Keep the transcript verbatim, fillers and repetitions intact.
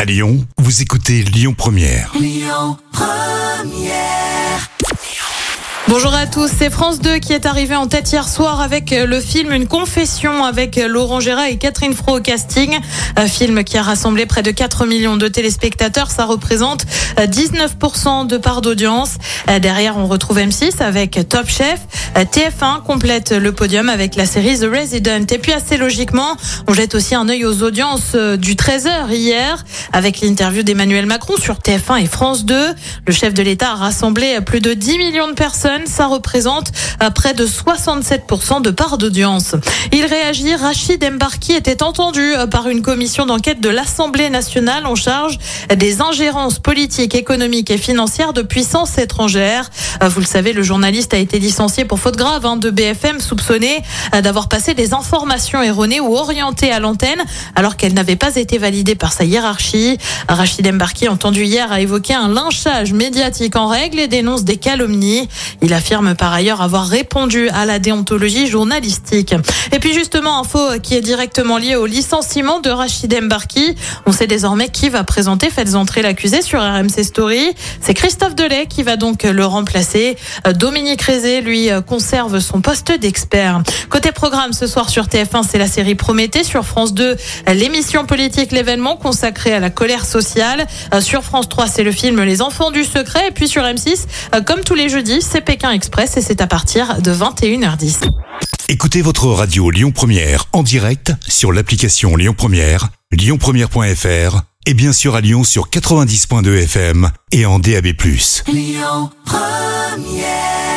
À Lyon, vous écoutez Lyon Première. Lyon Première. Bonjour à tous, c'est France deux qui est arrivé en tête hier soir avec le film Une confession avec Laurent Gérard et Catherine Fro au casting. Un film qui a rassemblé près de quatre millions de téléspectateurs, ça représente dix-neuf pour cent de part d'audience. Derrière, on retrouve M six avec Top Chef. T F un complète le podium avec la série The Resident. Et puis assez logiquement, on jette aussi un œil aux audiences du treize heures hier avec l'interview d'Emmanuel Macron sur T F un et France deux. Le chef de l'État a rassemblé plus de dix millions de personnes. Ça représente près de soixante-sept pour cent de part d'audience. Il réagit, Rachid Embarki était entendu par une commission d'enquête de l'Assemblée nationale en charge des ingérences politiques, économiques et financières de puissances étrangères. Vous le savez, le journaliste a été licencié pour faute grave hein, de B F M, soupçonné d'avoir passé des informations erronées ou orientées à l'antenne alors qu'elles n'avaient pas été validées par sa hiérarchie. Rachid Embarki, entendu hier, a évoqué un lynchage médiatique en règle et dénonce des calomnies. Il affirme par ailleurs avoir répondu à la déontologie journalistique. Et puis justement, info qui est directement liée au licenciement de Rachid Embarki. On sait désormais qui va présenter Faites entrer l'accusé sur R M C Story. C'est Christophe Delay qui va donc le remplacer. Dominique Rézé, lui, conserve son poste d'expert. Côté programme, ce soir sur T F un, c'est la série Prométhée. Sur France deux, l'émission politique L'événement consacrée à la colère sociale. Sur France trois, c'est le film Les enfants du secret. Et puis sur M six, comme tous les jeudis, c'est Pékin Express et c'est à partir de vingt et une heures dix. Écoutez votre radio Lyon Première en direct sur l'application Lyon Première, lyon première point f r et bien sûr à Lyon sur quatre-vingt-dix virgule deux F M et en D A B plus. Lyon Première.